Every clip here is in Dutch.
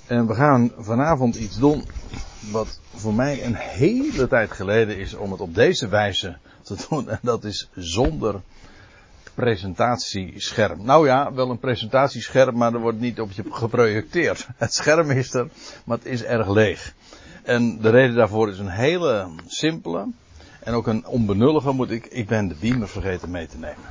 En we gaan vanavond iets doen wat voor mij een hele tijd geleden is om het op deze wijze te doen. En dat is zonder presentatiescherm. Nou ja, wel een presentatiescherm, maar er wordt niet op je geprojecteerd. Het scherm is er, maar het is erg leeg. En de reden daarvoor is een hele simpele en ook een onbenullige. Ik ben de beamer vergeten mee te nemen.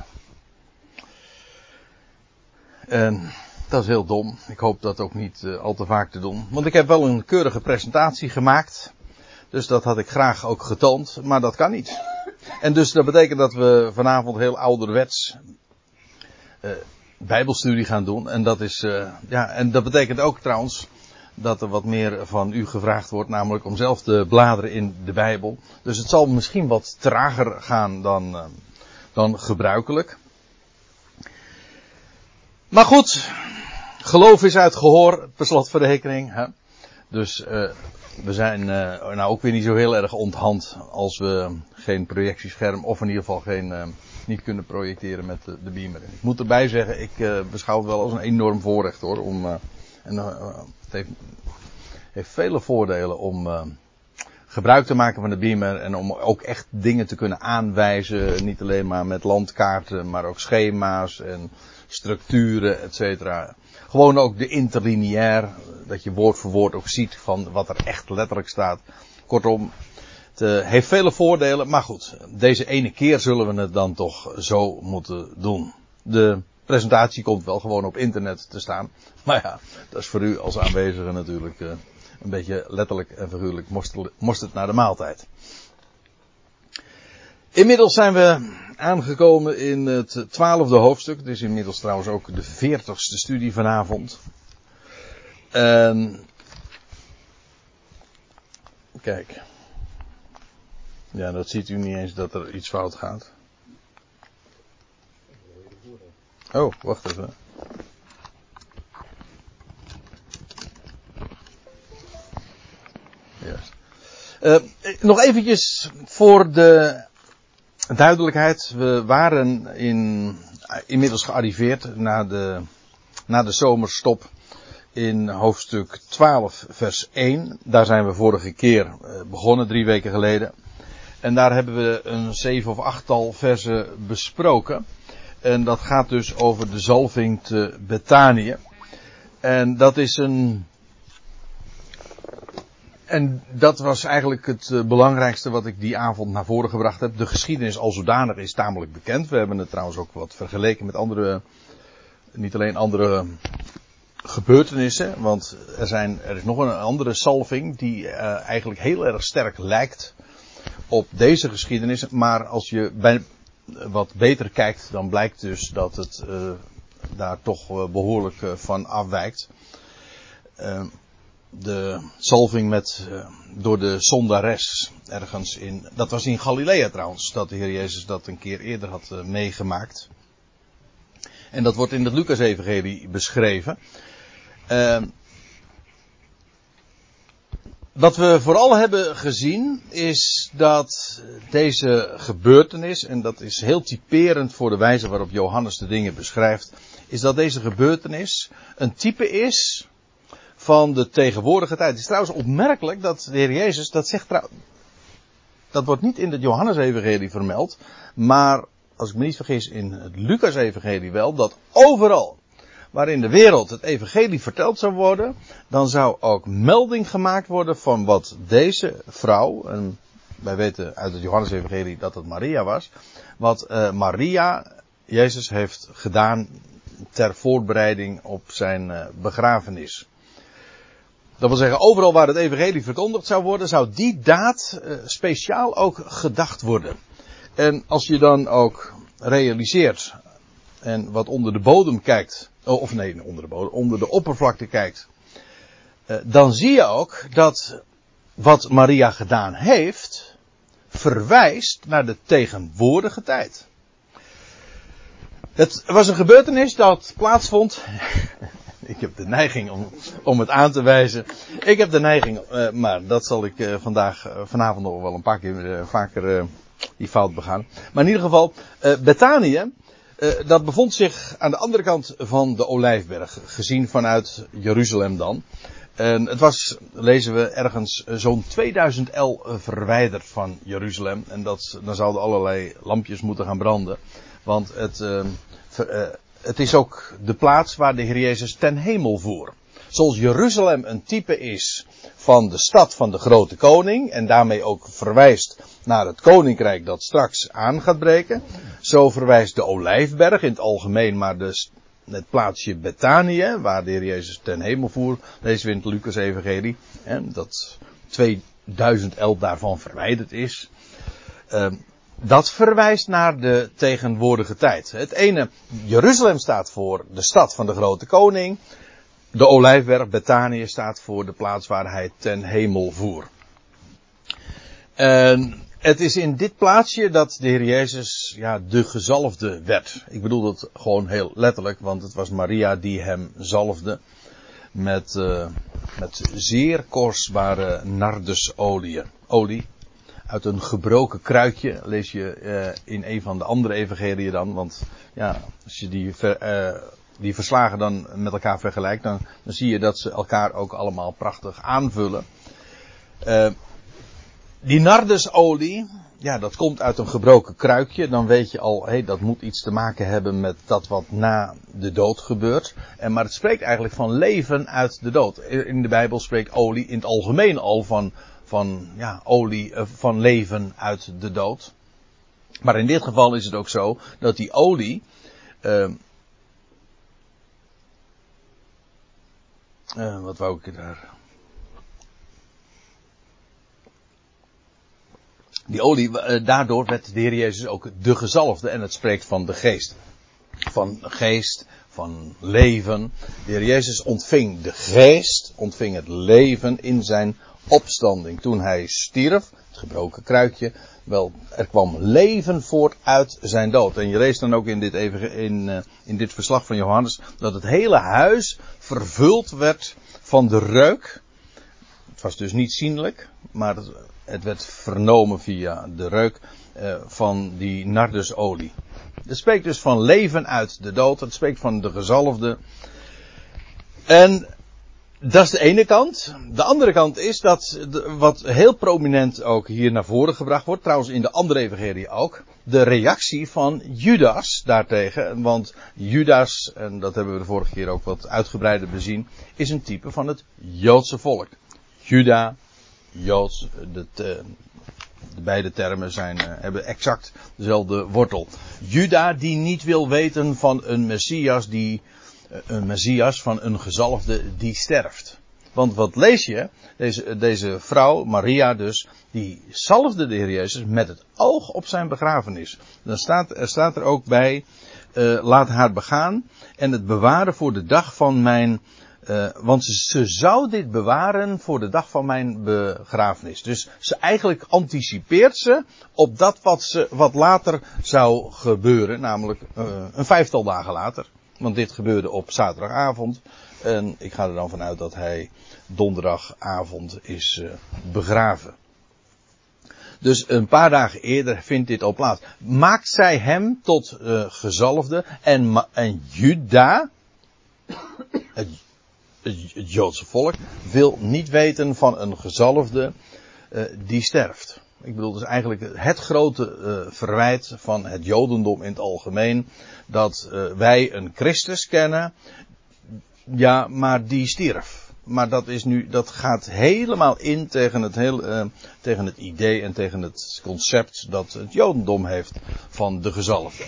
En dat is heel dom. Ik hoop dat ook niet al te vaak te doen. Want ik heb wel een keurige presentatie gemaakt. Dus dat had ik graag ook getoond. Maar dat kan niet. En dus dat betekent dat we vanavond heel ouderwets Bijbelstudie gaan doen. En dat is, en dat betekent ook trouwens dat er wat meer van u gevraagd wordt. Namelijk om zelf te bladeren in de Bijbel. Dus het zal misschien wat trager gaan dan gebruikelijk. Maar goed, geloof is uit gehoor, per slot van rekening. Hè? Dus we zijn nou ook weer niet zo heel erg onthand als we geen projectiescherm of in ieder geval niet kunnen projecteren met de beamer. Ik moet erbij zeggen, ik beschouw het wel als een enorm voorrecht hoor. Het heeft vele voordelen om gebruik te maken van de beamer en om ook echt dingen te kunnen aanwijzen. Niet alleen maar met landkaarten, maar ook schema's en structuren, et cetera. Gewoon ook de interlineair, dat je woord voor woord ook ziet van wat er echt letterlijk staat. Kortom, het heeft vele voordelen, maar goed, deze ene keer zullen we het dan toch zo moeten doen. De presentatie komt wel gewoon op internet te staan, maar ja, dat is voor u als aanwezige natuurlijk een beetje letterlijk en figuurlijk mosterd naar de maaltijd. Inmiddels zijn we aangekomen in het 12e hoofdstuk. Het is inmiddels trouwens ook de 40ste studie vanavond. Kijk. Ja, dat ziet u niet eens dat er iets fout gaat. Oh, wacht even. Juist. Nog eventjes voor de duidelijkheid. We waren inmiddels gearriveerd na de zomerstop in hoofdstuk 12 vers 1. Daar zijn we vorige keer begonnen, 3 weken geleden. En daar hebben we een 7 of 8-tal versen besproken. En dat gaat dus over de zalving te Betanië. En dat was eigenlijk het belangrijkste wat ik die avond naar voren gebracht heb. De geschiedenis als zodanig is tamelijk bekend. We hebben het trouwens ook wat vergeleken met niet alleen andere gebeurtenissen. Want er is nog een andere salving die eigenlijk heel erg sterk lijkt op deze geschiedenis. Maar als je wat beter kijkt, dan blijkt dus dat het daar toch behoorlijk van afwijkt. De salving door de zondares ergens dat was in Galilea trouwens, dat de Heer Jezus dat een keer eerder had meegemaakt. En dat wordt in het Lucas-evangelie beschreven. Wat we vooral hebben gezien is dat deze gebeurtenis, en dat is heel typerend voor de wijze waarop Johannes de dingen beschrijft, is dat deze gebeurtenis een type is van de tegenwoordige tijd. Het is trouwens opmerkelijk dat de Heer Jezus, dat wordt niet in het Johannes-evangelie vermeld, maar als ik me niet vergis in het Lucas-evangelie wel, dat overal waarin de wereld het evangelie verteld zou worden, dan zou ook melding gemaakt worden van wat deze vrouw, en wij weten uit het Johannes-evangelie dat het Maria was, wat Maria Jezus heeft gedaan ter voorbereiding op zijn begrafenis. Dat wil zeggen, overal waar het evangelie verkondigd zou worden, zou die daad speciaal ook gedacht worden. En als je dan ook realiseert en wat onder de bodem kijkt, onder de oppervlakte kijkt, dan zie je ook dat wat Maria gedaan heeft, verwijst naar de tegenwoordige tijd. Het was een gebeurtenis dat plaatsvond. Ik heb de neiging om het aan te wijzen. Ik heb de neiging, maar dat zal ik vanavond nog wel een paar keer vaker die fout begaan. Maar in ieder geval, Betanië, dat bevond zich aan de andere kant van de Olijfberg, gezien vanuit Jeruzalem dan. En het was, lezen we, ergens zo'n 2000 el verwijderd van Jeruzalem. En dan zouden allerlei lampjes moeten gaan branden. Want het is ook de plaats waar de Heer Jezus ten hemel voer. Zoals Jeruzalem een type is van de stad van de grote koning. En daarmee ook verwijst naar het koninkrijk dat straks aan gaat breken. Zo verwijst de Olijfberg in het algemeen, maar het plaatsje Bethanië, waar de Heer Jezus ten hemel voer, lezen we in het Lucas-evangelie, dat 2000 el daarvan verwijderd is. Dat verwijst naar de tegenwoordige tijd. Het ene, Jeruzalem staat voor de stad van de grote koning. De Olijfberg, Bethanië, staat voor de plaats waar hij ten hemel voer. En het is in dit plaatsje dat de Heer Jezus, de gezalfde werd. Ik bedoel dat gewoon heel letterlijk, want het was Maria die hem zalfde met zeer kostbare nardusolie. Uit een gebroken kruikje, lees je in een van de andere evangeliën dan. Want als je die verslagen dan met elkaar vergelijkt, dan zie je dat ze elkaar ook allemaal prachtig aanvullen. Die nardusolie, dat komt uit een gebroken kruikje. Dan weet je al, dat moet iets te maken hebben met dat wat na de dood gebeurt. Maar het spreekt eigenlijk van leven uit de dood. In de Bijbel spreekt olie in het algemeen al olie van leven uit de dood. Maar in dit geval is het ook zo dat die olie wat wou ik daar? Die olie, daardoor werd de Heer Jezus ook de gezalfde. En het spreekt van de geest. Van geest, van leven. De Heer Jezus ontving de geest, ontving het leven in zijn opstanding. Toen hij stierf, het gebroken kruikje, er kwam leven voort uit zijn dood. En je leest dan ook in dit verslag van Johannes dat het hele huis vervuld werd van de reuk. Het was dus niet zienlijk, maar het werd vernomen via de reuk van die nardusolie. Het spreekt dus van leven uit de dood. Het spreekt van de gezalfde. En dat is de ene kant. De andere kant is dat wat heel prominent ook hier naar voren gebracht wordt. Trouwens in de andere evangelie ook. De reactie van Judas daartegen. Want Judas, en dat hebben we de vorige keer ook wat uitgebreider bezien, is een type van het Joodse volk. Juda, Joods, de beide termen hebben exact dezelfde wortel. Juda die niet wil weten van een Messias, van een gezalfde die sterft. Want wat lees je? Deze vrouw, Maria dus, die zalfde de Heer Jezus met het oog op zijn begrafenis. Dan staat er ook bij, laat haar begaan en het bewaren voor de dag van mijn... want ze zou dit bewaren voor de dag van mijn begrafenis. Dus eigenlijk anticipeert ze op dat wat later zou gebeuren. Namelijk een 5-tal dagen later. Want dit gebeurde op zaterdagavond. En ik ga er dan vanuit dat hij donderdagavond is begraven. Dus een paar dagen eerder vindt dit al plaats. Maakt zij hem tot gezalfde. En Juda, het Joodse volk, wil niet weten van een gezalfde die sterft. Ik bedoel, dus eigenlijk het grote verwijt van het Jodendom in het algemeen. Dat wij een Christus kennen, maar die stierf. Maar dat gaat helemaal in tegen het idee en tegen het concept dat het Jodendom heeft van de gezalfde.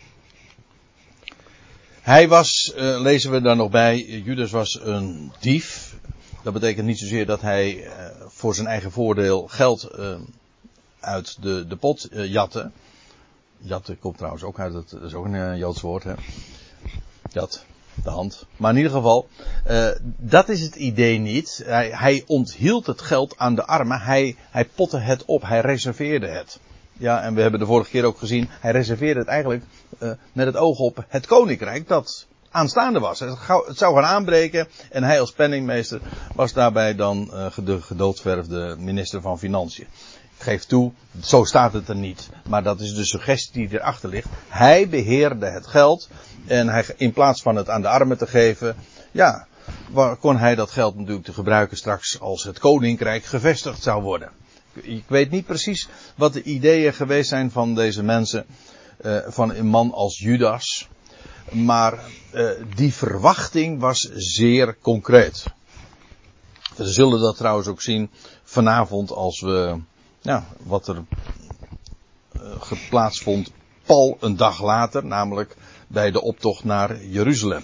Hij was, lezen we daar nog bij, Judas was een dief. Dat betekent niet zozeer dat hij voor zijn eigen voordeel geld uit de pot jatte. Jatte komt trouwens ook uit, dat is ook een Joods woord, hè. Jat, de hand. Maar in ieder geval, dat is het idee niet. Hij onthield het geld aan de armen. Hij potte het op, hij reserveerde het. Ja, en we hebben de vorige keer ook gezien, hij reserveerde het eigenlijk met het oog op het koninkrijk dat aanstaande was. Het zou gaan aanbreken en hij als penningmeester was daarbij dan de gedoodverfde minister van Financiën. Ik geef toe, zo staat het er niet, maar dat is de suggestie die erachter ligt. Hij beheerde het geld en in plaats van het aan de armen te geven, kon hij dat geld natuurlijk te gebruiken straks als het koninkrijk gevestigd zou worden. Ik weet niet precies wat de ideeën geweest zijn van deze mensen, van een man als Judas. Maar die verwachting was zeer concreet. We zullen dat trouwens ook zien vanavond als we, wat er geplaatst vond, pal een dag later, namelijk bij de optocht naar Jeruzalem.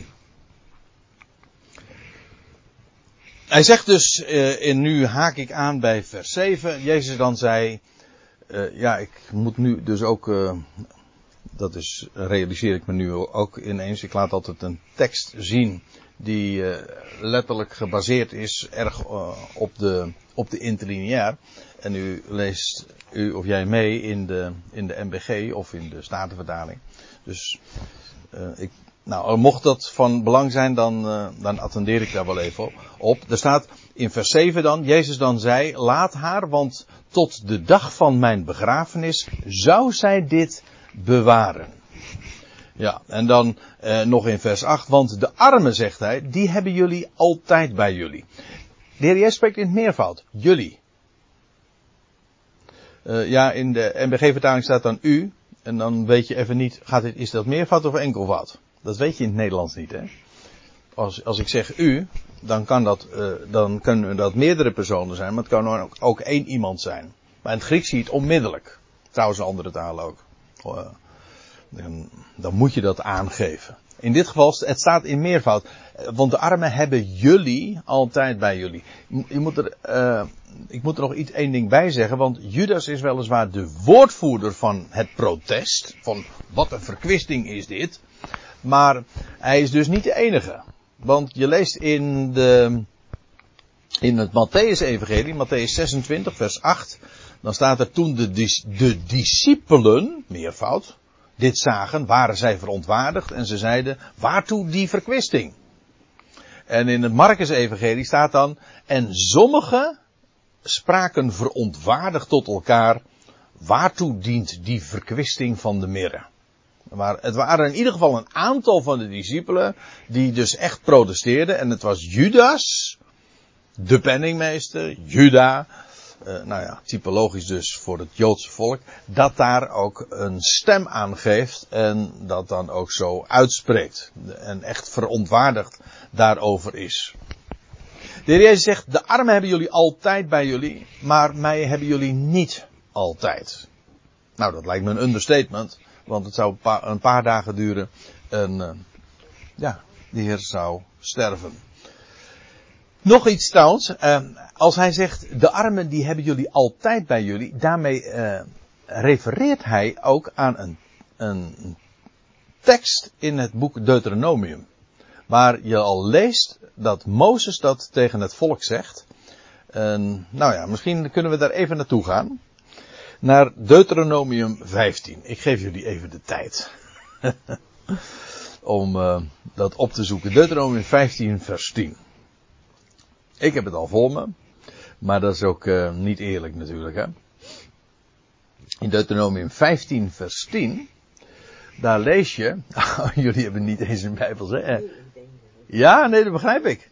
Hij zegt dus, en nu haak ik aan bij vers 7, Jezus dan zei, ik moet nu dus ook, realiseer ik me nu ook ineens, ik laat altijd een tekst zien die letterlijk gebaseerd is erg op de interlineair. En u leest, u of jij mee in de MBG of in de Statenvertaling. Dus mocht dat van belang zijn, dan attendeer ik daar wel even op. Er staat in vers 7 dan, Jezus dan zei, laat haar, want tot de dag van mijn begrafenis zou zij dit bewaren. Ja, en dan nog in vers 8, want de armen, zegt hij, die hebben jullie altijd bij jullie. De Heer Jezus spreekt in het meervoud, jullie. In de MBG-vertaling staat dan u, en dan weet je even niet, is dat meervoud of enkelvoud? Dat weet je in het Nederlands niet, hè. Als ik zeg u, dan kunnen dat meerdere personen zijn, maar het kan ook één iemand zijn. Maar in het Grieks zie je het onmiddellijk. Trouwens, in andere talen ook. Dan moet je dat aangeven. In dit geval, het staat in meervoud. Want de armen hebben jullie altijd bij jullie. Ik moet er nog één ding bij zeggen. Want Judas is weliswaar de woordvoerder van het protest. Van wat een verkwisting is dit. Maar hij is dus niet de enige. Want je leest in het Mattheüs-evangelie, Matthäus 26, vers 8. Dan staat er toen de discipelen, meervoud, dit zagen, waren zij verontwaardigd en ze zeiden, waartoe die verkwisting? En in het Markus-evangelie staat dan, en sommigen spraken verontwaardigd tot elkaar, waartoe dient die verkwisting van de mirre? Maar het waren in ieder geval een aantal van de discipelen die dus echt protesteerden. En het was Judas, de penningmeester, Juda, typologisch dus voor het Joodse volk, dat daar ook een stem aan geeft en dat dan ook zo uitspreekt. En echt verontwaardigd daarover is. De Heer Jezus zegt, de armen hebben jullie altijd bij jullie, maar mij hebben jullie niet altijd. Nou, dat lijkt me een understatement. Want het zou een paar dagen duren en de Heer zou sterven. Nog iets trouwens. Als hij zegt, de armen die hebben jullie altijd bij jullie. Daarmee refereert hij ook aan een tekst in het boek Deuteronomium. Waar je al leest dat Mozes dat tegen het volk zegt. Misschien kunnen we daar even naartoe gaan. Naar Deuteronomium 15. Ik geef jullie even de tijd. Om dat op te zoeken. Deuteronomium 15 vers 10. Ik heb het al voor me. Maar dat is ook niet eerlijk natuurlijk. Hè? In Deuteronomium 15 vers 10. Daar lees je. Jullie hebben niet eens een Bijbel. Hè? Ja, nee, dat begrijp ik.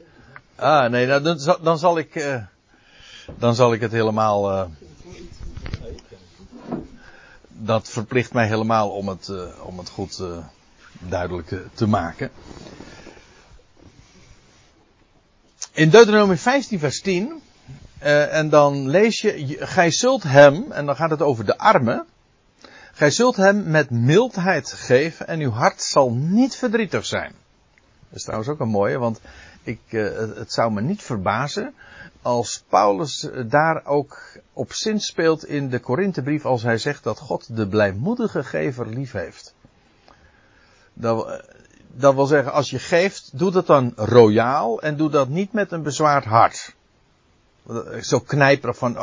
Dan zal ik het helemaal... Dat verplicht mij helemaal om het goed duidelijk te maken. In Deuteronomium 15 vers 10. En dan lees je. Gij zult hem. En dan gaat het over de armen. Gij zult hem met mildheid geven. En uw hart zal niet verdrietig zijn. Dat is trouwens ook een mooie. Want het zou me niet verbazen. Als Paulus daar ook op zinspeelt in de Korinthebrief als hij zegt dat God de blijmoedige gever lief heeft. Dat wil zeggen, als je geeft, doe dat dan royaal en doe dat niet met een bezwaard hart. Zo knijperig van,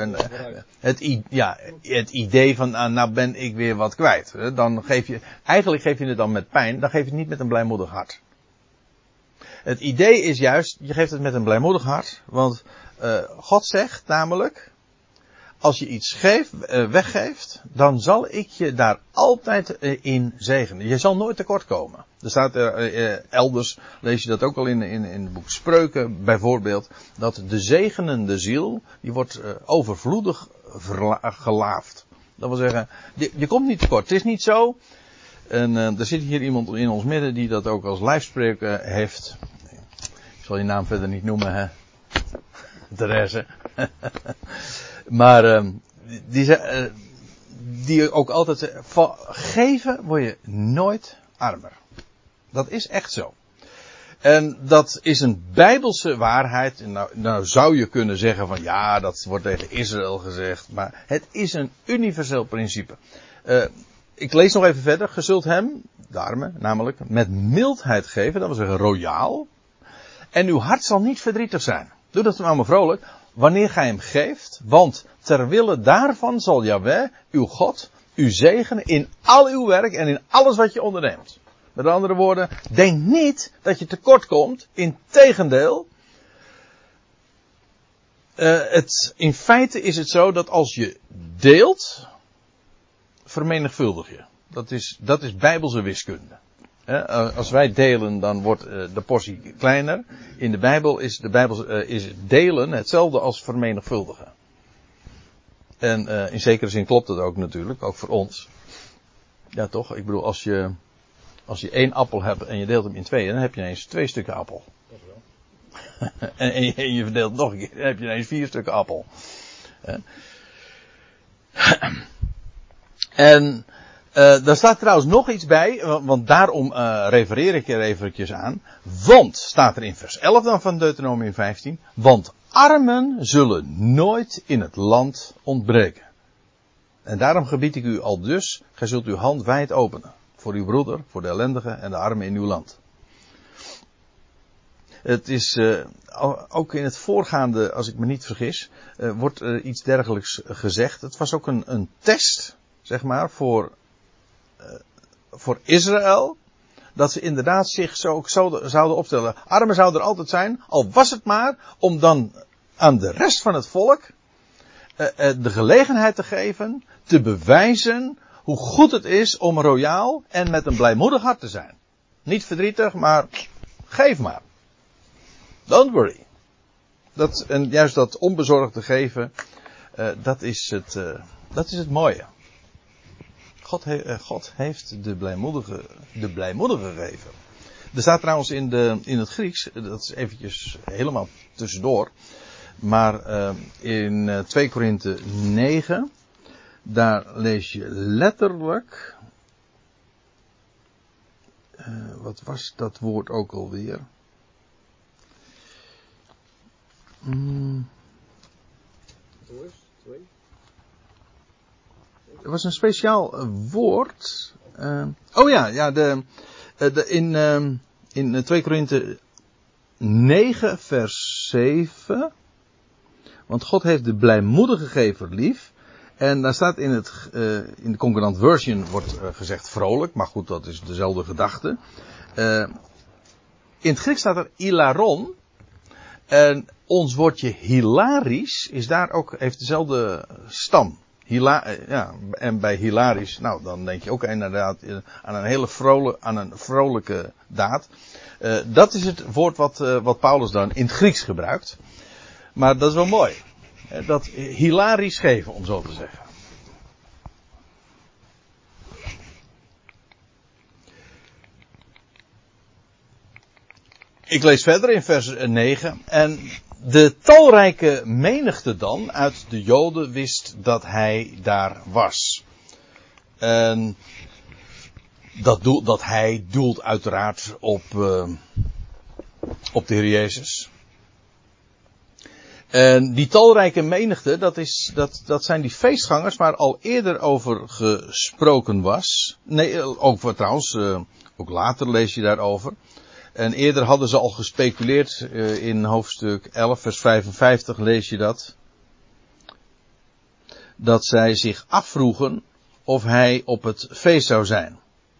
het idee van, nou ben ik weer wat kwijt. Dan eigenlijk geef je het dan met pijn, dan geef je het niet met een blijmoedig hart. Het idee is juist, je geeft het met een blijmoedig hart, want God zegt namelijk, als je iets weggeeft, dan zal ik je daar altijd in zegenen. Je zal nooit tekort komen. Er staat elders, lees je dat ook al in het boek Spreuken bijvoorbeeld, dat de zegenende ziel, die wordt overvloedig gelaafd. Dat wil zeggen, je komt niet tekort. Het is niet zo. En er zit hier iemand in ons midden die dat ook als lijfspreuk heeft. Ik zal je naam verder niet noemen, hè. Therese. Maar die ook altijd van geven word je nooit armer. Dat is echt zo. En dat is een bijbelse waarheid. En nou zou je kunnen zeggen van ja, dat wordt tegen Israël gezegd. Maar het is een universeel principe. Ik lees nog even verder. Ge zult hem, de arme, namelijk met mildheid geven. Dat wil zeggen royaal. En uw hart zal niet verdrietig zijn. Doe dat nou maar vrolijk. Wanneer gij hem geeft. Want terwille daarvan zal Jahweh, uw God, u zegenen in al uw werk en in alles wat je onderneemt. Met andere woorden, denk niet dat je tekort komt. Integendeel. In feite is het zo dat als je deelt, vermenigvuldig je. Dat is bijbelse wiskunde. Als wij delen, dan wordt de portie kleiner. In de Bijbel is delen hetzelfde als vermenigvuldigen. En in zekere zin klopt dat ook natuurlijk, ook voor ons. Ja toch, ik bedoel, als je 1 appel hebt en je deelt hem in 2, dan heb je ineens 2 stukken appel. Dat wel. en je verdeelt nog een keer, dan heb je ineens 4 stukken appel. En daar staat trouwens nog iets bij, want daarom refereer ik er eventjes aan. Want, staat er in vers 11 dan van Deuteronomium 15, want armen zullen nooit in het land ontbreken. En daarom gebied ik u al dus, gij zult uw hand wijd openen. Voor uw broeder, voor de ellendige en de armen in uw land. Het is, ook in het voorgaande, als ik me niet vergis, wordt iets dergelijks gezegd. Het was ook een test, zeg maar, voor Israël. Dat ze inderdaad zich zo zouden opstellen. Armen zouden er altijd zijn, al was het maar om dan aan de rest van het volk de gelegenheid te geven, te bewijzen hoe goed het is om royaal en met een blijmoedig hart te zijn. Niet verdrietig, maar geef maar. Don't worry. En juist dat onbezorgde geven, dat is het mooie. God heeft de blijmoedige gegeven. Er staat trouwens in het Grieks, dat is eventjes helemaal tussendoor, maar in 2 Korinthe 9, daar lees je letterlijk, wat was dat woord ook alweer? Er was een speciaal woord. In 2 Korinthe 9 vers 7. Want God heeft de blijmoedige gever lief. En daar staat in de Concordant Version wordt gezegd vrolijk. Maar goed, dat is dezelfde gedachte. In het Grieks staat er hilaron. En ons woordje hilarisch is daar ook, heeft dezelfde stam. En bij hilarisch, nou dan denk je ook inderdaad aan een vrolijke daad. Dat is het woord wat Paulus dan in het Grieks gebruikt. Maar dat is wel mooi. Dat hilarisch geven, om zo te zeggen. Ik lees verder in vers 9. En de talrijke menigte dan uit de Joden wist dat hij daar was. En dat hij doelt uiteraard op de Heer Jezus. En die talrijke menigte, dat zijn die feestgangers waar al eerder over gesproken was. Nee, ook trouwens, ook later lees je daarover. En eerder hadden ze al gespeculeerd, in hoofdstuk 11 vers 55 lees je dat. Dat zij zich afvroegen of hij op het feest zou zijn.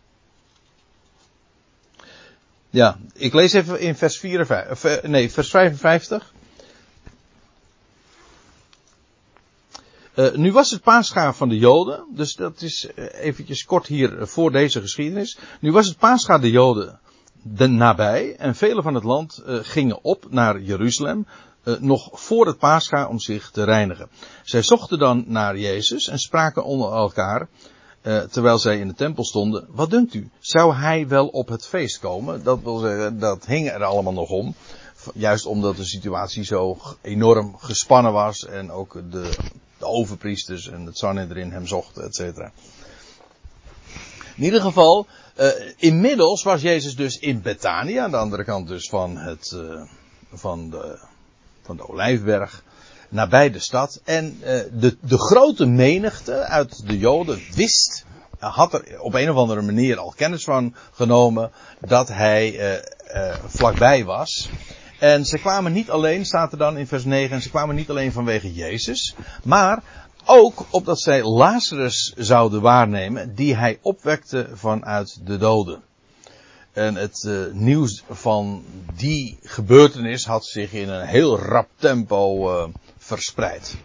Ja, ik lees even in vers 55. Nu was het Pascha van de Joden, dus dat is eventjes kort hier voor deze geschiedenis. Nu was het Pascha de Joden nabij en velen van het land gingen op naar Jeruzalem, nog voor het Pascha om zich te reinigen. Zij zochten dan naar Jezus en spraken onder elkaar, terwijl zij in de tempel stonden: wat dunkt u, zou hij wel op het feest komen? Dat wil zeggen, dat hing er allemaal nog om. Juist omdat de situatie zo enorm gespannen was en ook de overpriesters en het Sanhedrin hem zochten, et cetera. In ieder geval, inmiddels was Jezus dus in Betanië, aan de andere kant dus van de Olijfberg, nabij de stad. En de grote menigte uit de Joden had er op een of andere manier al kennis van genomen dat hij vlakbij was. En ze kwamen niet alleen, staat er dan in vers 9, en ze kwamen niet alleen vanwege Jezus, maar ook opdat zij Lazarus zouden waarnemen, die hij opwekte vanuit de doden. En het nieuws van die gebeurtenis had zich in een heel rap tempo verspreid.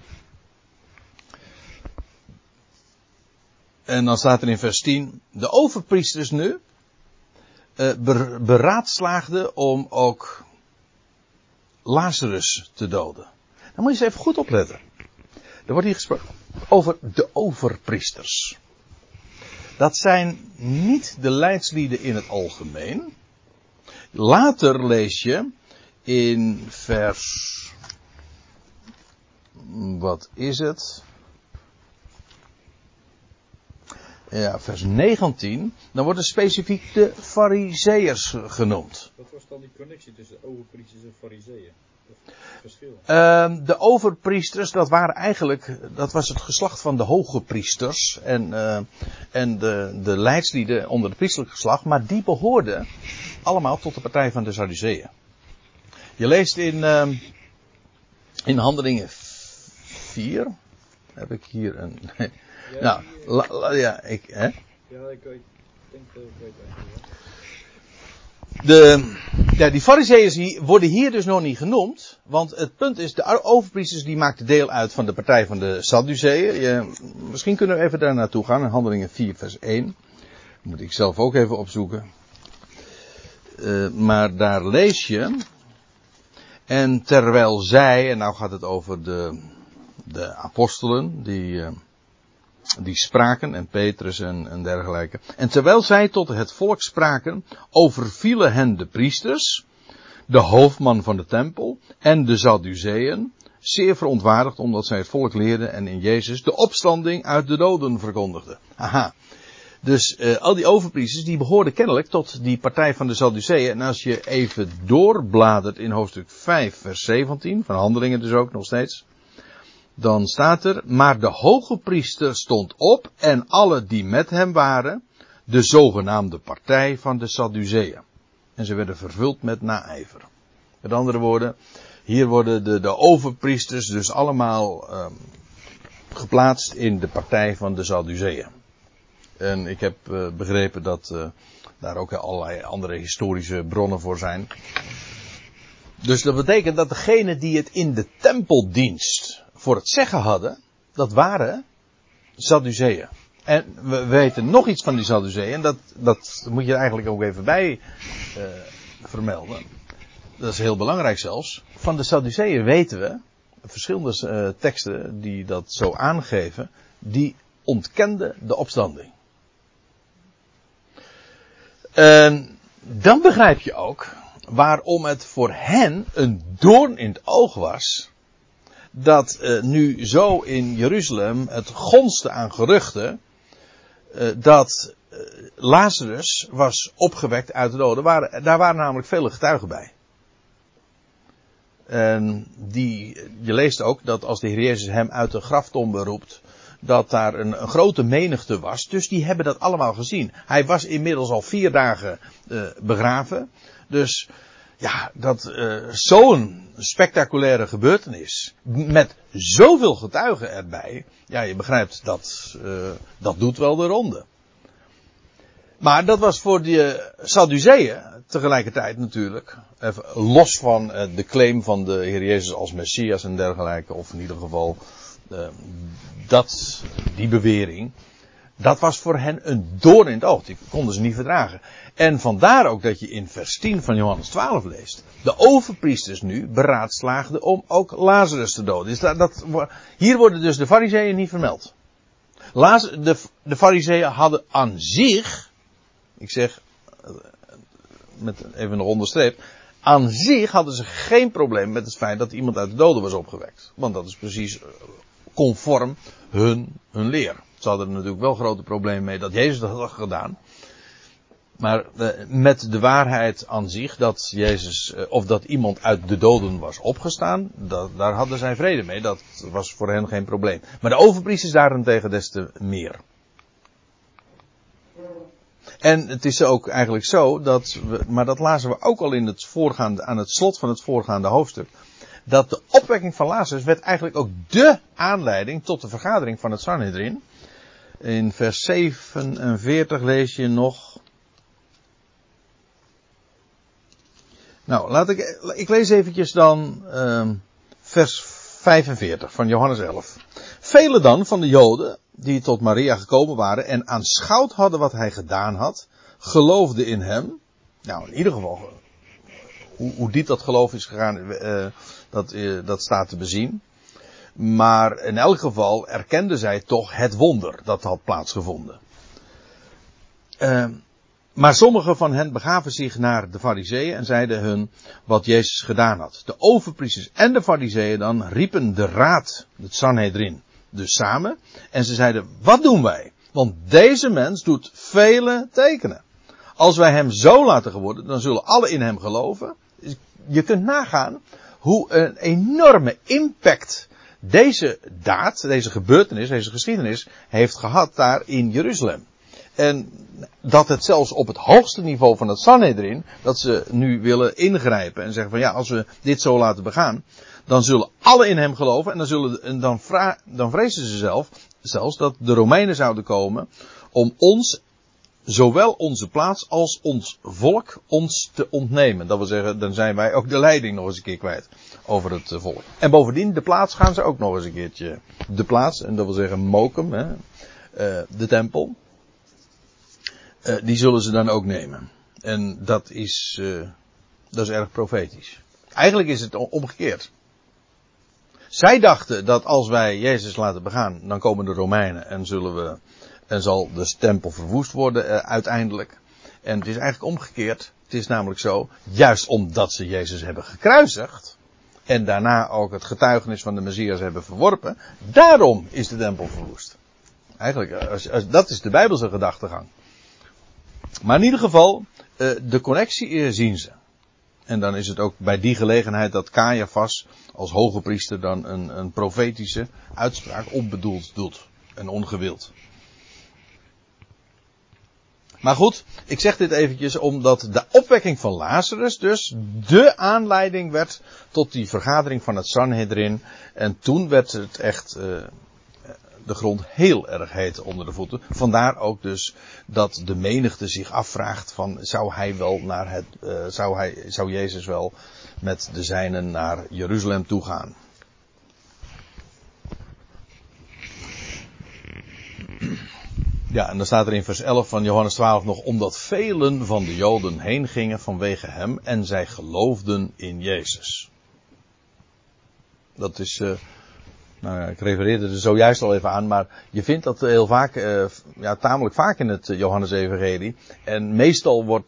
En dan staat er in vers 10, de overpriesters nu beraadslaagden om ook Lazarus te doden. Dan moet je eens even goed opletten. Er wordt hier gesproken over de overpriesters. Dat zijn niet de leidslieden in het algemeen. Later lees je in vers... wat is het? Ja, vers 19. Dan worden specifiek de Farizeeërs genoemd. Wat was dan die connectie tussen de overpriesters en Farizeeën? Verschil? De overpriesters, dat was het geslacht van de hoge priesters. En de leidslieden onder het priesterlijk geslacht. Maar die behoorden allemaal tot de partij van de Sadduceeën. Je leest in Handelingen 4. Heb ik hier een... Ja, nou, ik denk dat ik weet eigenlijk. Die Farizeeën worden hier dus nog niet genoemd. Want het punt is, de overpriesters die maakten deel uit van de partij van de Sadduceeën. Misschien kunnen we even daar naartoe gaan. In Handelingen 4 vers 1. Dat moet ik zelf ook even opzoeken. Maar daar lees je. En terwijl zij, en nou gaat het over de apostelen, die spraken, en Petrus en dergelijke. En terwijl zij tot het volk spraken, overvielen hen de priesters, de hoofdman van de tempel en de Sadduceeën, zeer verontwaardigd omdat zij het volk leerden en in Jezus de opstanding uit de doden verkondigden. Aha. Dus al die overpriesters die behoorden kennelijk tot die partij van de Sadduceeën. En als je even doorbladert in hoofdstuk 5 vers 17, van Handelingen dus ook nog steeds. Dan staat er, maar de hoge priester stond op en alle die met hem waren, de zogenaamde partij van de Sadduceeën. En ze werden vervuld met naijver. Met andere woorden, hier worden de overpriesters dus allemaal geplaatst in de partij van de Sadduceeën. En ik heb begrepen dat daar ook allerlei andere historische bronnen voor zijn. Dus dat betekent dat degenen die het in de tempeldienst voor het zeggen hadden, dat waren Sadduceeën. En we weten nog iets van die Sadduceeën, en dat moet je eigenlijk ook even bij vermelden. Dat is heel belangrijk zelfs. Van de Sadduceeën weten we, verschillende teksten die dat zo aangeven, die ontkenden de opstanding. En dan begrijp je ook waarom het voor hen een doorn in het oog was, dat nu zo in Jeruzalem het gonste aan geruchten dat Lazarus was opgewekt uit de doden. Daar waren namelijk vele getuigen bij. En je leest ook dat als de Heer Jezus hem uit de graftombe roept, dat daar een grote menigte was. Dus die hebben dat allemaal gezien. Hij was inmiddels al 4 dagen begraven. Dus ja, dat zo'n spectaculaire gebeurtenis met zoveel getuigen erbij. Ja, je begrijpt dat doet wel de ronde. Maar dat was voor de Sadduceeën tegelijkertijd natuurlijk, even los van de claim van de Heer Jezus als Messias en dergelijke, of in ieder geval die bewering, dat was voor hen een doorn in het oog. Die konden ze niet verdragen. En vandaar ook dat je in vers 10 van Johannes 12 leest. De overpriesters nu beraadslaagden om ook Lazarus te doden. Dus hier worden dus de Farizeeën niet vermeld. De Farizeeën hadden aan zich, ik zeg met even nog onderstreept, aan zich hadden ze geen probleem met het feit dat iemand uit de doden was opgewekt. Want dat is precies conform hun leer. Ze hadden er natuurlijk wel grote problemen mee dat Jezus dat had gedaan. Maar met de waarheid aan zich dat Jezus, of dat iemand uit de doden was opgestaan, daar hadden zij vrede mee. Dat was voor hen geen probleem. Maar de overpriesters daarentegen des te meer. En het is ook eigenlijk zo maar dat lazen we ook al in aan het slot van het voorgaande hoofdstuk, dat de opwekking van Lazarus werd eigenlijk ook de aanleiding tot de vergadering van het Sanhedrin. In vers 47 lees je nog. Nou, ik lees eventjes dan vers 45 van Johannes 11. Velen dan van de Joden die tot Maria gekomen waren en aanschouwd hadden wat hij gedaan had, geloofden in hem. Nou, in ieder geval, hoe diep dat geloof is gegaan, dat staat te bezien. Maar in elk geval erkenden zij toch het wonder dat had plaatsgevonden. Maar sommigen van hen begaven zich naar de Farizeeën en zeiden hun wat Jezus gedaan had. De overpriesters en de Farizeeën dan riepen de raad, het Sanhedrin, dus samen. En ze zeiden, wat doen wij? Want deze mens doet vele tekenen. Als wij hem zo laten geworden, dan zullen alle in hem geloven. Je kunt nagaan hoe een enorme impact deze daad, deze gebeurtenis, deze geschiedenis heeft gehad daar in Jeruzalem. En dat het zelfs op het hoogste niveau van het Sanhedrin, dat ze nu willen ingrijpen en zeggen van ja, als we dit zo laten begaan, dan zullen alle in hem geloven en dan vrezen ze zelfs dat de Romeinen zouden komen om ons, zowel onze plaats als ons volk, ons te ontnemen. Dat wil zeggen, dan zijn wij ook de leiding nog eens een keer kwijt over het volk. En bovendien, de plaats gaan ze ook nog eens een keertje, de plaats, en dat wil zeggen Mokum, de tempel. Die zullen ze dan ook nemen. En dat is erg profetisch. Eigenlijk is het omgekeerd. Zij dachten dat als wij Jezus laten begaan, dan komen de Romeinen en zal de tempel verwoest worden uiteindelijk. En het is eigenlijk omgekeerd. Het is namelijk zo, juist omdat ze Jezus hebben gekruisigd en daarna ook het getuigenis van de Messias hebben verworpen, daarom is de tempel verwoest. Eigenlijk, dat is de Bijbelse gedachtegang. Maar in ieder geval, de connectie zien ze. En dan is het ook bij die gelegenheid dat Caiaphas als hoge priester dan een profetische uitspraak onbedoeld doet. En ongewild. Maar goed, ik zeg dit eventjes omdat de opwekking van Lazarus dus de aanleiding werd tot die vergadering van het Sanhedrin. En toen werd het echt de grond heel erg heet onder de voeten. Vandaar ook dus dat de menigte zich afvraagt van zou Jezus wel met de zijnen naar Jeruzalem toe gaan. Ja, en dan staat er in vers 11 van Johannes 12 nog, omdat velen van de Joden heen gingen vanwege hem en zij geloofden in Jezus. Dat is, ik refereerde er zojuist al even aan, maar je vindt dat heel vaak, tamelijk vaak in het Johannes-evangelie. En meestal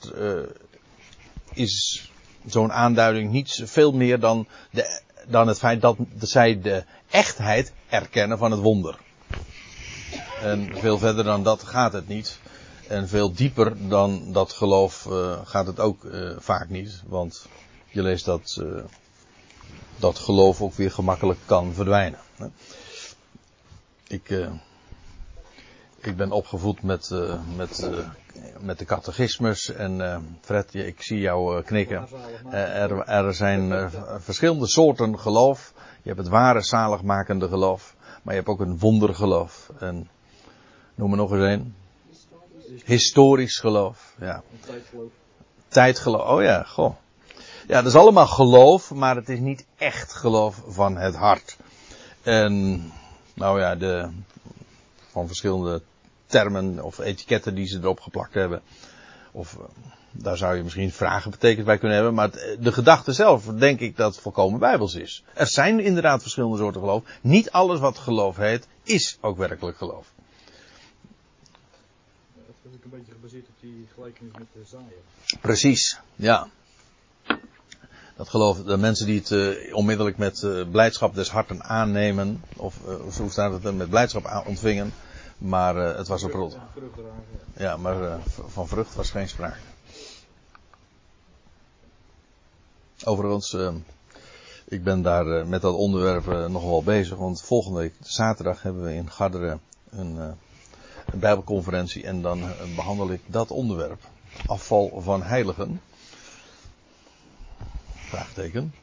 is zo'n aanduiding niet veel meer dan het feit dat zij de echtheid erkennen van het wonder. En veel verder dan dat gaat het niet. En veel dieper dan dat geloof gaat het ook vaak niet. Want je leest dat geloof ook weer gemakkelijk kan verdwijnen. Ik ben opgevoed met de catechismus. En Fred, ik zie jou knikken. Er zijn verschillende soorten geloof. Je hebt het ware zaligmakende geloof. Maar je hebt ook een wondergeloof. En noem er nog eens een. Historisch geloof, ja. Een tijdgeloof. Tijdgeloof, oh ja, goh. Ja, dat is allemaal geloof, maar het is niet echt geloof van het hart. En, nou ja, van verschillende termen of etiketten die ze erop geplakt hebben. Of, daar zou je misschien vragenbetekend bij kunnen hebben. Maar de gedachte zelf, denk ik dat het volkomen bijbels is. Er zijn inderdaad verschillende soorten geloof. Niet alles wat geloof heet, is ook werkelijk geloof. Dat is ook een beetje gebaseerd op die gelijkenis met de zaaier. Precies, ja. Dat geloof, de mensen die het onmiddellijk met blijdschap des harten aannemen. Of hoe staat het, met blijdschap ontvingen. Maar het was op rot. Ja, maar van vrucht was geen sprake. Overigens, ik ben daar met dat onderwerp nog wel bezig. Want volgende week, zaterdag, hebben we in Garderen een bijbelconferentie. En dan behandel ik dat onderwerp. Afval van heiligen. Vraagteken.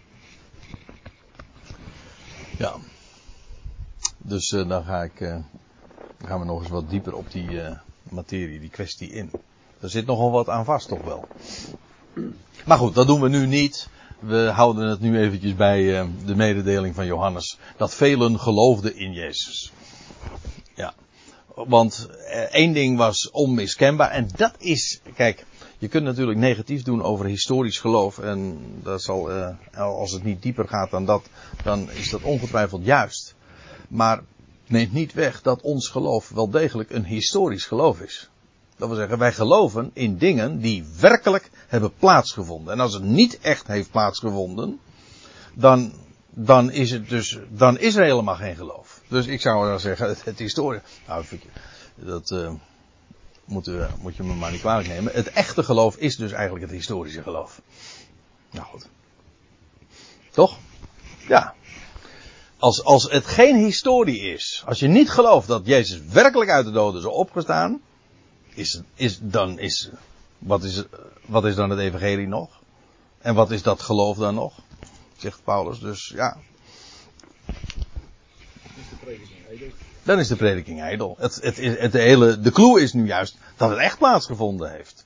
Ja. Dus dan gaan we nog eens wat dieper op die materie, die kwestie in. Er zit nogal wat aan vast, toch wel. Maar goed, dat doen we nu niet. We houden het nu eventjes bij de mededeling van Johannes. Dat velen geloofden in Jezus. Ja. Want één ding was onmiskenbaar. En dat is, kijk, je kunt natuurlijk negatief doen over historisch geloof. En dat zal, als het niet dieper gaat dan dat, dan is dat ongetwijfeld juist. Maar neemt niet weg dat ons geloof wel degelijk een historisch geloof is. Dat wil zeggen, wij geloven in dingen die werkelijk hebben plaatsgevonden. En als het niet echt heeft plaatsgevonden, dan is er helemaal geen geloof. Dus ik zou dan zeggen, het historie. Nou, dat moet je me maar niet kwalijk nemen. Het echte geloof is dus eigenlijk het historische geloof. Nou goed. Toch? Ja. Als het geen historie is, als je niet gelooft dat Jezus werkelijk uit de doden is opgestaan, wat is dan het evangelie nog? En wat is dat geloof dan nog? Zegt Paulus, dus ja. Dan is de prediking ijdel. De clue is nu juist dat het echt plaatsgevonden heeft.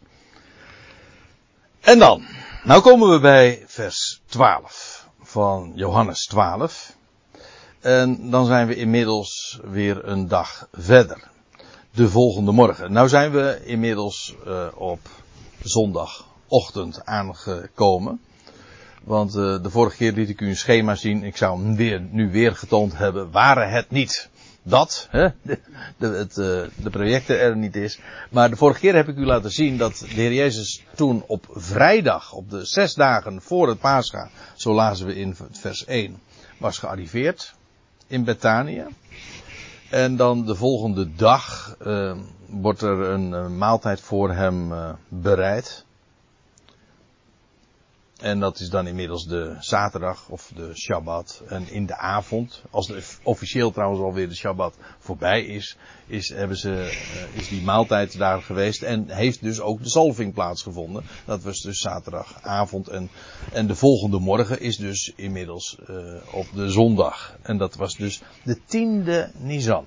En dan, nou komen we bij vers 12 van Johannes 12. En dan zijn we inmiddels weer een dag verder. De volgende morgen. Nou zijn we inmiddels op zondagochtend aangekomen. Want de vorige keer liet ik u een schema zien. Ik zou hem nu weer getoond hebben. Waren het niet dat de projector er niet is. Maar de vorige keer heb ik u laten zien dat de Heer Jezus toen op vrijdag, op de 6 dagen voor het Pascha, zo lazen we in vers 1, was gearriveerd in Betanië. En dan de volgende dag wordt er een maaltijd voor hem bereid. En dat is dan inmiddels de zaterdag of de Shabbat. En in de avond, als officieel trouwens alweer de Shabbat voorbij is die maaltijd daar geweest. En heeft dus ook de zalving plaatsgevonden. Dat was dus zaterdagavond. En de volgende morgen is dus inmiddels op de zondag. En dat was dus de 10e Nisan.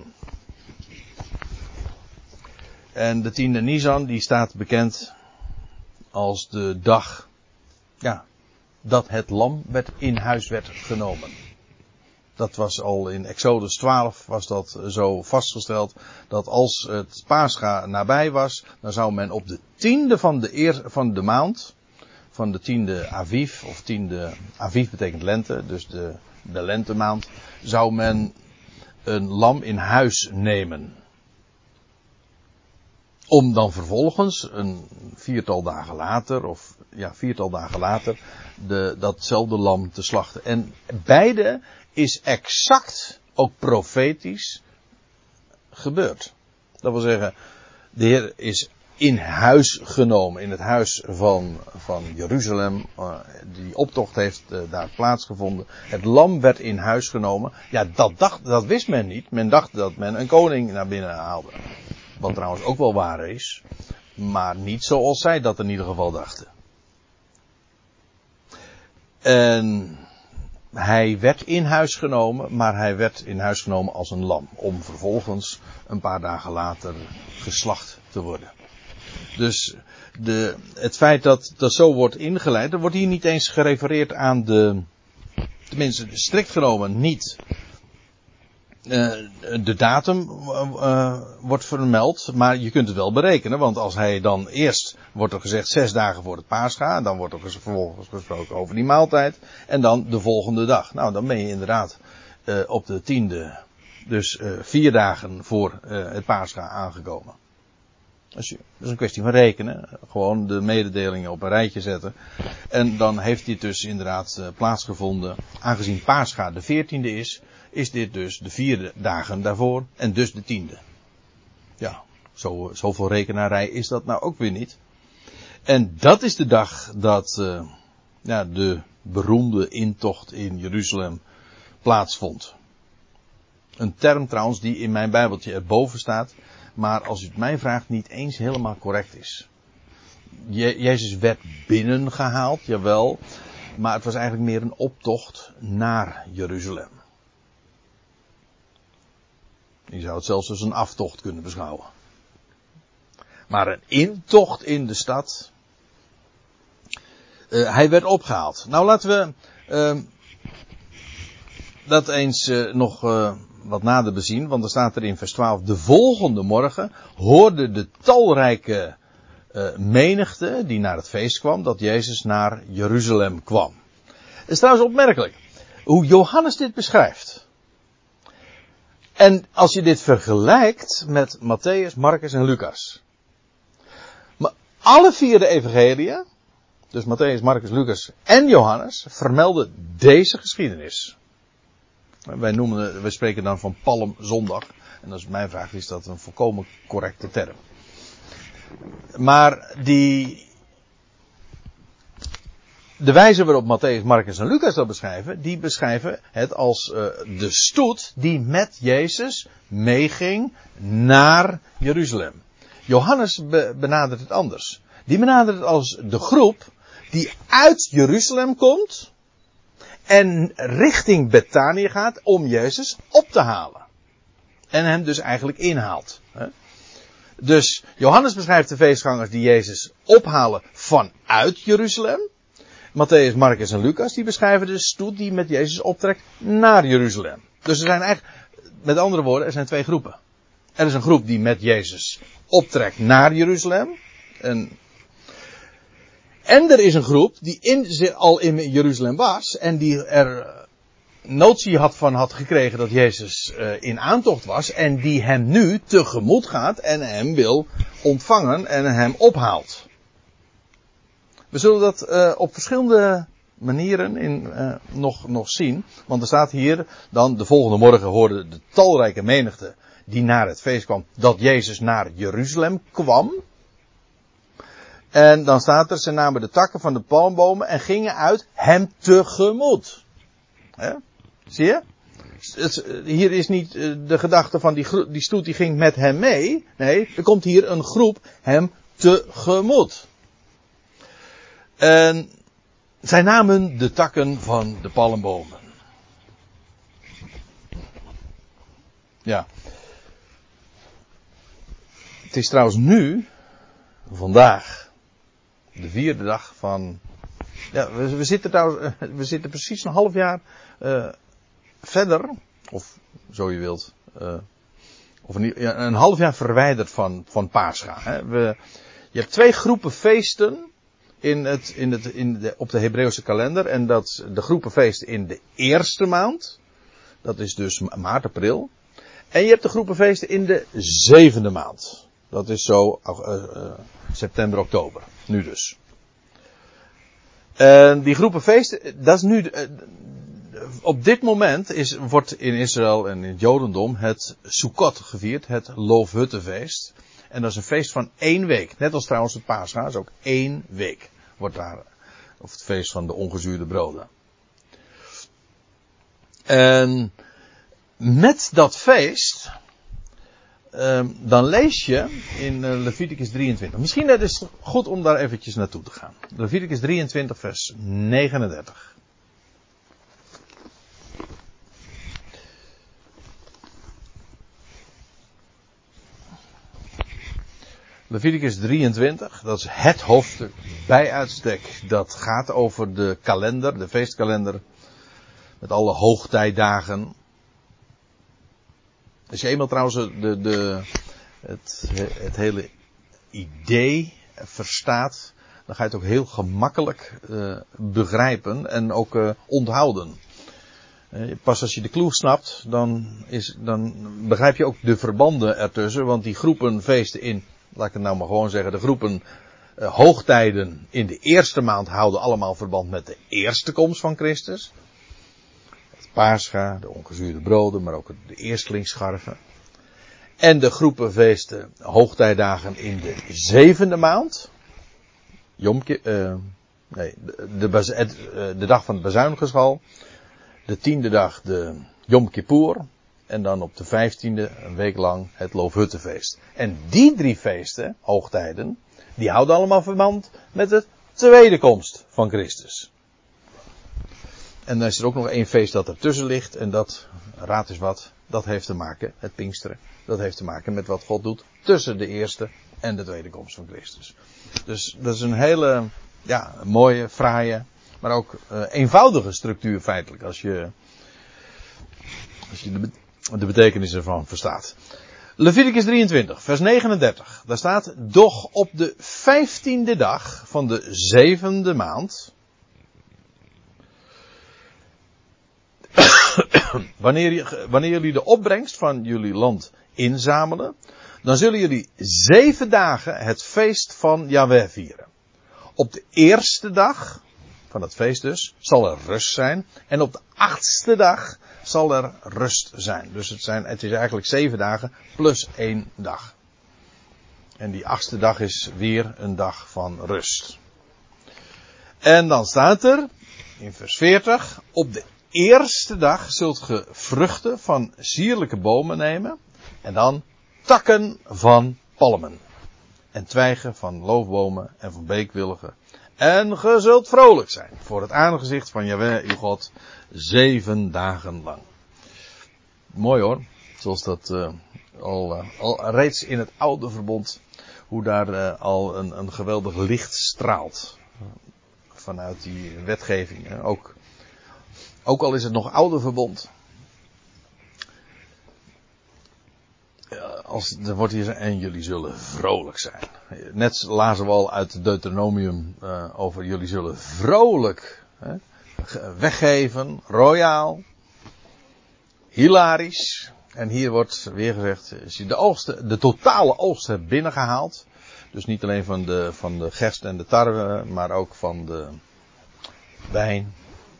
En de 10e Nisan die staat bekend als de dag, ja, dat het lam in huis werd genomen. Dat was al in Exodus 12 was dat zo vastgesteld, dat als het Pascha nabij was, dan zou men op de 10e van de maand, van de 10e Aviv, of 10e Aviv betekent lente, dus de lentemaand, zou men een lam in huis nemen. Om dan vervolgens een viertal dagen later datzelfde lam te slachten. En beide is exact ook profetisch gebeurd. Dat wil zeggen, de Heer is in huis genomen, in het huis van Jeruzalem. Die optocht heeft daar plaatsgevonden. Het lam werd in huis genomen. Ja, dat wist men niet. Men dacht dat men een koning naar binnen haalde. Wat trouwens ook wel waar is. Maar niet zoals zij dat in ieder geval dachten. En hij werd in huis genomen. Maar hij werd in huis genomen als een lam. Om vervolgens een paar dagen later geslacht te worden. Dus het feit dat dat zo wordt ingeleid, er wordt hier niet eens gerefereerd aan tenminste strikt genomen niet. De datum wordt vermeld, maar je kunt het wel berekenen, want als hij dan eerst wordt er gezegd 6 dagen voor het Pascha, dan wordt er vervolgens gesproken over die maaltijd en dan de volgende dag. Nou, dan ben je inderdaad op de 10e, dus 4 dagen voor het Pascha aangekomen. Dat is een kwestie van rekenen, gewoon de mededelingen op een rijtje zetten en dan heeft dit dus inderdaad plaatsgevonden, aangezien Pascha de 14e is dit dus de 4 dagen daarvoor en dus de 10e. Ja, zoveel rekenarij is dat nou ook weer niet. En dat is de dag dat de beroemde intocht in Jeruzalem plaatsvond. Een term trouwens die in mijn Bijbeltje erboven staat, maar als u het mij vraagt niet eens helemaal correct is. Jezus werd binnengehaald, jawel, maar het was eigenlijk meer een optocht naar Jeruzalem. Je zou het zelfs als een aftocht kunnen beschouwen. Maar een intocht in de stad. Hij werd opgehaald. Nou laten we dat eens nog wat nader bezien. Want er staat er in vers 12. De volgende morgen hoorde de talrijke menigte die naar het feest kwam, dat Jezus naar Jeruzalem kwam. Het is trouwens opmerkelijk hoe Johannes dit beschrijft. En als je dit vergelijkt met Matthäus, Marcus en Lucas. Maar alle 4 de evangeliën, dus Matthäus, Marcus, Lucas en Johannes, vermelden deze geschiedenis. Wij spreken dan van Palmzondag. En als mijn vraag is dat een volkomen correcte term. Maar de wijze waarop Matthäus, Marcus en Lucas dat beschrijven, die beschrijven het als de stoet die met Jezus meeging naar Jeruzalem. Johannes benadert het anders. Die benadert het als de groep die uit Jeruzalem komt en richting Betanië gaat om Jezus op te halen. En hem dus eigenlijk inhaalt. Dus Johannes beschrijft de feestgangers die Jezus ophalen vanuit Jeruzalem. Matthäus, Marcus en Lucas die beschrijven de stoet die met Jezus optrekt naar Jeruzalem. Dus er zijn eigenlijk, met andere woorden, er zijn 2 groepen. Er is een groep die met Jezus optrekt naar Jeruzalem. En er is een groep die al in Jeruzalem was en die er notie had gekregen dat Jezus in aantocht was en die hem nu tegemoet gaat en hem wil ontvangen en hem ophaalt. We zullen dat op verschillende manieren nog zien. Want er staat hier dan de volgende morgen hoorde de talrijke menigte die naar het feest kwam dat Jezus naar Jeruzalem kwam. En dan staat er, ze namen de takken van de palmbomen en gingen uit hem tegemoet. Zie je? Hier is niet de gedachte van die stoet die ging met hem mee. Nee, er komt hier een groep hem tegemoet. En zij namen de takken van de palmbomen. Ja. Het is trouwens nu, vandaag, de 4e dag van... Ja, we zitten precies een half jaar verder, of zo je wilt, of een half jaar verwijderd van Pascha. Hè. Je hebt 2 groepen feesten op de Hebreeuwse kalender. En dat de groepenfeesten in de eerste maand. Dat is dus maart, april. En je hebt de groepenfeesten in de 7e maand. Dat is zo september, oktober. Nu dus. En die groepenfeesten, dat is nu... op dit moment wordt in Israël en in het Jodendom het Sukkot gevierd. Het Loofhuttenfeest. En dat is een feest van 1 week. Net als trouwens het Pascha. Dat is ook 1 week. Wordt daar. Of het feest van de ongezuurde broden. En met dat feest. Dan lees je in Leviticus 23. Misschien het is goed om daar eventjes naartoe te gaan. Leviticus 23 vers 39. Leviticus 23, dat is het hoofdstuk bij uitstek. Dat gaat over de kalender, de feestkalender. Met alle hoogtijdagen. Als je eenmaal trouwens het hele idee verstaat, dan ga je het ook heel gemakkelijk begrijpen en ook onthouden. Pas als je de clue snapt, dan begrijp je ook de verbanden ertussen. Want die groepen feesten in, laat ik het nou maar gewoon zeggen, de groepen hoogtijden in de eerste maand houden allemaal verband met de eerste komst van Christus. Het Pascha, de ongezuurde broden, maar ook de eerstlingsscharven. En de groepenfeesten, hoogtijdagen in de zevende maand. De dag van het bezuinigenschal. De 10e dag de Yom Kippur. En dan op de 15e, een week lang, het Loofhuttenfeest. En die 3 feesten, hoogtijden, die houden allemaal verband met de tweede komst van Christus. En dan is er ook nog 1 feest dat ertussen ligt. En dat, raad eens wat, dat heeft te maken, het Pinksteren. Dat heeft te maken met wat God doet tussen de eerste en de tweede komst van Christus. Dus dat is een hele, mooie, fraaie, maar ook eenvoudige structuur feitelijk. Als je de betekenis ervan verstaat. Leviticus 23, vers 39. Daar staat, doch op de 15e dag van de 7e maand. Wanneer jullie de opbrengst van jullie land inzamelen, dan zullen jullie 7 dagen het feest van Yahweh vieren. Op de eerste dag van het feest dus zal er rust zijn. En op de 8e dag zal er rust zijn. Dus het is eigenlijk 7 dagen plus 1 dag. En die 8e dag is weer een dag van rust. En dan staat er in vers 40. Op de eerste dag zult ge vruchten van sierlijke bomen nemen. En dan takken van palmen. En twijgen van loofbomen en van beekwilligen. En ge zult vrolijk zijn voor het aangezicht van Jahweh uw God 7 dagen lang. Mooi hoor. Zoals dat al reeds in het oude verbond. Hoe daar al een geweldig licht straalt. Vanuit die wetgeving. Ook al is het nog oude verbond. Er wordt hier en jullie zullen vrolijk zijn. Net lazen we al uit Deuteronomium over jullie zullen vrolijk weggeven, royaal, hilarisch. En hier wordt weer gezegd, als je de totale oogst hebt binnengehaald. Dus niet alleen van de gerst en de tarwe, maar ook van de wijn.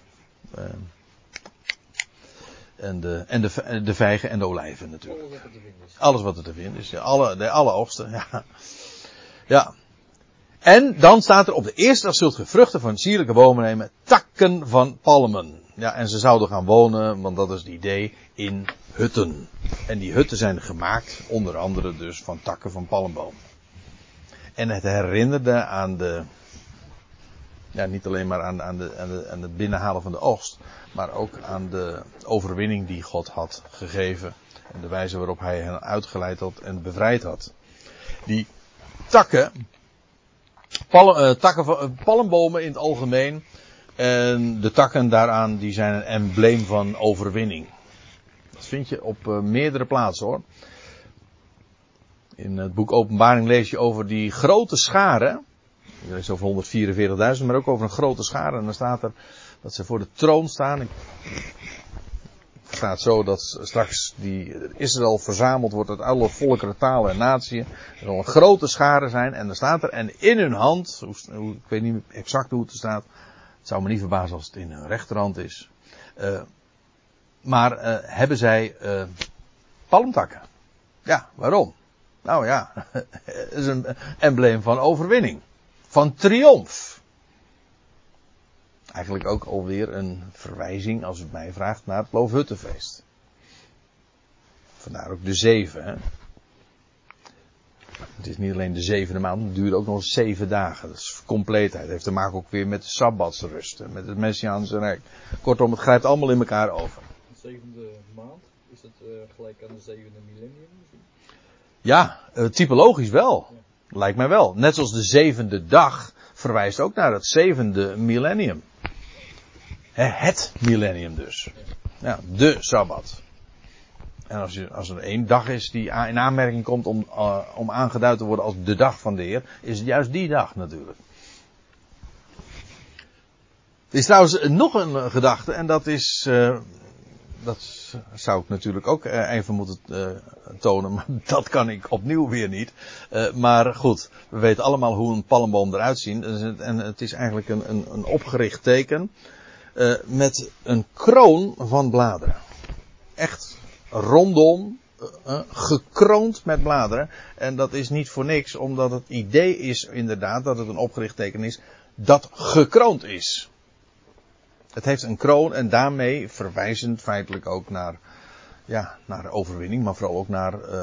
En de vijgen en de olijven natuurlijk. Alles wat er te vinden is. Alle oogsten. Ja. Ja. En dan staat er op de eerste dag zult ge vruchten van sierlijke bomen nemen. Takken van palmen. Ja, en ze zouden gaan wonen, want dat is het idee, in hutten. En die hutten zijn gemaakt, onder andere dus van takken van palmbomen. En het herinnerde aan niet alleen maar aan het binnenhalen van de oogst, maar ook aan de overwinning die God had gegeven. En de wijze waarop hij hen uitgeleid had en bevrijd had. Die takken van palmbomen in het algemeen. En de takken daaraan, die zijn een embleem van overwinning. Dat vind je op meerdere plaatsen hoor. In het boek Openbaring lees je over die grote scharen. Je leest over 144.000, maar ook over een grote schare. En dan staat er dat ze voor de troon staan. Het staat zo dat straks die Israël verzameld wordt uit alle volkeren, talen en natieën. Er zal een grote schare zijn. En dan staat er, en in hun hand, ik weet niet exact hoe het er staat. Het zou me niet verbazen als het in hun rechterhand is. Maar hebben zij palmtakken. Ja, waarom? Nou ja, het is een embleem van overwinning. Van triomf. Eigenlijk ook alweer een verwijzing, als u het mij vraagt, naar het Loofhuttenfeest. Vandaar ook de 7. Hè? Het is niet alleen de 7e maand, het duurt ook nog 7 dagen. Dat is compleetheid. Het heeft te maken ook weer met de Sabbatsrust, met het Messiaanse Rijk. Kortom, het grijpt allemaal in elkaar over. De 7e maand, is dat gelijk aan de 7e millennium misschien? Ja, typologisch wel. Ja. Lijkt mij wel. Net zoals de zevende dag verwijst ook naar het zevende millennium. Het millennium dus. Ja, de Sabbat. En als er één dag is die in aanmerking komt om aangeduid te worden als de dag van de Heer, is het juist die dag natuurlijk. Er is trouwens nog een gedachte en dat is, dat zou ik natuurlijk ook even moeten tonen, maar dat kan ik opnieuw weer niet. Maar goed, we weten allemaal hoe een palmboom eruit ziet en het is eigenlijk een opgericht teken met een kroon van bladeren. Echt rondom, gekroond met bladeren. En dat is niet voor niks, omdat het idee is inderdaad dat het een opgericht teken is dat gekroond is. Het heeft een kroon en daarmee verwijzend feitelijk ook naar de overwinning, maar vooral ook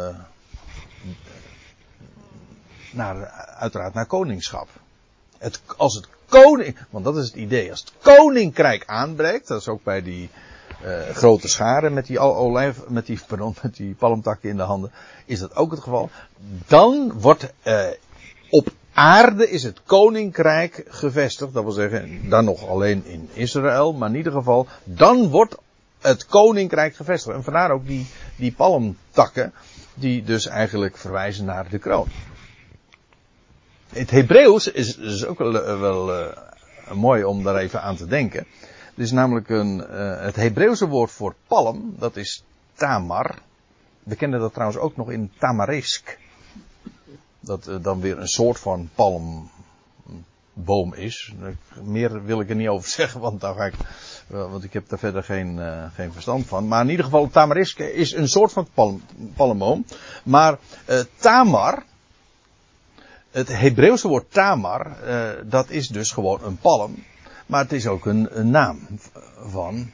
uiteraard naar koningschap. Als het want dat is het idee, als het koninkrijk aanbreekt, dat is ook bij die grote scharen met die palmtakken in de handen, is dat ook het geval. Dan wordt op aarde is het koninkrijk gevestigd, dat wil zeggen, dan nog alleen in Israël, maar in ieder geval, dan wordt het koninkrijk gevestigd. En vandaar ook die palmtakken, die dus eigenlijk verwijzen naar de kroon. Het Hebreeuws is ook wel mooi om daar even aan te denken. Het is namelijk het Hebreeuwse woord voor palm, dat is tamar. We kennen dat trouwens ook nog in tamarisk. Dat dan weer een soort van palmboom is. Meer wil ik er niet over zeggen, want ik heb daar verder geen verstand van. Maar in ieder geval, tamarisk is een soort van palmboom. Maar tamar, het Hebreeuwse woord tamar, dat is dus gewoon een palm. Maar het is ook een naam van,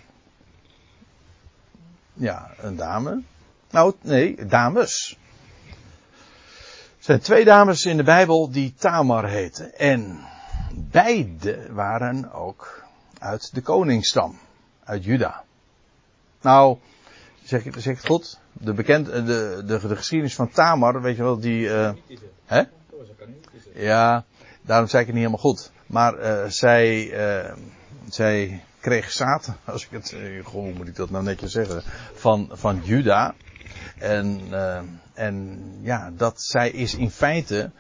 een dame. Nou, nee, dames. Er zijn 2 dames in de Bijbel die Tamar heten. En beide waren ook uit de koningsstam. Uit Juda. Nou, zeg ik het goed? De geschiedenis van Tamar, weet je wel, die... hè? Ja, daarom zei ik het niet helemaal goed. Maar zij kreeg zaad, als ik het... hoe moet ik dat nou netjes zeggen? Van Juda. En dat zij is in feite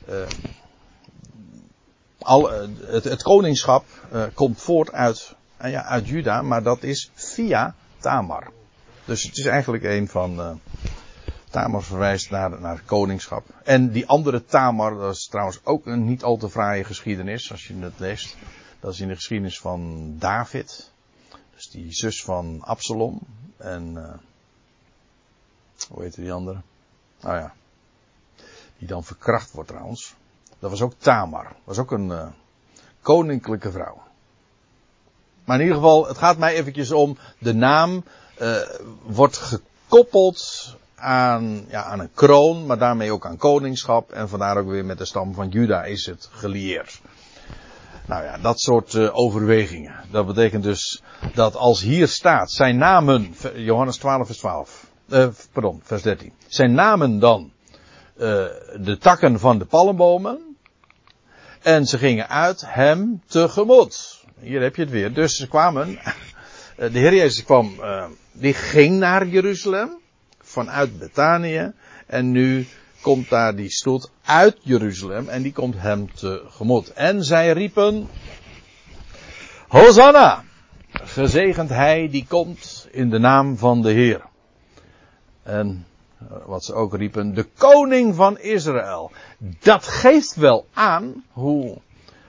het koningschap komt voort uit Juda, maar dat is via Tamar. Dus het is eigenlijk een van Tamar verwijst naar het koningschap. En die andere Tamar, dat is trouwens ook een niet al te fraaie geschiedenis, als je het leest. Dat is in de geschiedenis van David. Dus die zus van Absalom. En hoe heette die andere? Nou ja. Die dan verkracht wordt trouwens. Dat was ook Tamar. Dat was ook een koninklijke vrouw. Maar in ieder geval, het gaat mij eventjes om. De naam wordt gekoppeld aan een kroon. Maar daarmee ook aan koningschap. En vandaar ook weer met de stam van Juda is het gelieerd. Nou ja, dat soort overwegingen. Dat betekent dus dat als hier staat zijn namen. Johannes 12 vers 12. Vers 13. Zijn namen dan de takken van de palmbomen. En ze gingen uit hem tegemoet. Hier heb je het weer. Dus ze kwamen. De Heer Jezus die ging naar Jeruzalem. Vanuit Betanië. En nu komt daar die stoet uit Jeruzalem. En die komt hem tegemoet. En zij riepen. Hosanna! Gezegend hij die komt in de naam van de Heer. En wat ze ook riepen, de koning van Israël. Dat geeft wel aan hoe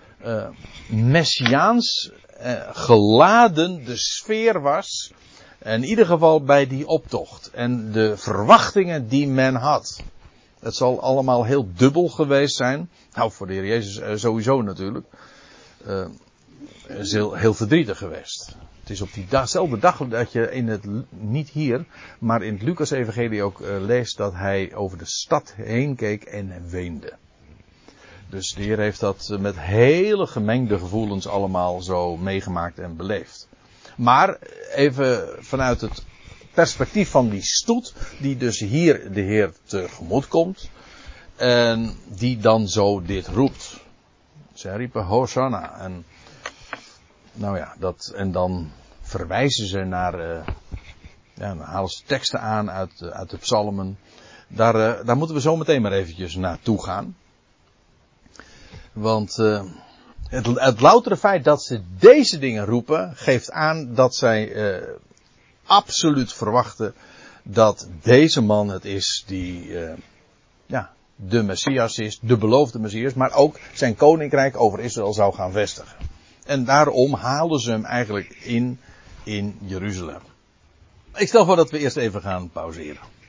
messiaans geladen de sfeer was. In ieder geval bij die optocht. En de verwachtingen die men had. Het zal allemaal heel dubbel geweest zijn. Nou, voor de Heer Jezus sowieso natuurlijk. Is heel verdrietig geweest. Het is op diezelfde dag dat je niet hier, maar in het Lucas-evangelie ook leest dat hij over de stad heen keek en weende. Dus de Heer heeft dat met hele gemengde gevoelens allemaal zo meegemaakt en beleefd. Maar even vanuit het perspectief van die stoet, die dus hier de Heer tegemoet komt. En die dan zo dit roept. Zij riepen Hosanna. En nou ja, en dan verwijzen ze naar, dan halen ze teksten aan uit de psalmen. Daar moeten we zo meteen maar eventjes naartoe gaan. Want het loutere feit dat ze deze dingen roepen, geeft aan dat zij absoluut verwachten dat deze man het is die de Messias is, de beloofde Messias, maar ook zijn koninkrijk over Israël zou gaan vestigen. En daarom halen ze hem eigenlijk in Jeruzalem. Ik stel voor dat we eerst even gaan pauzeren.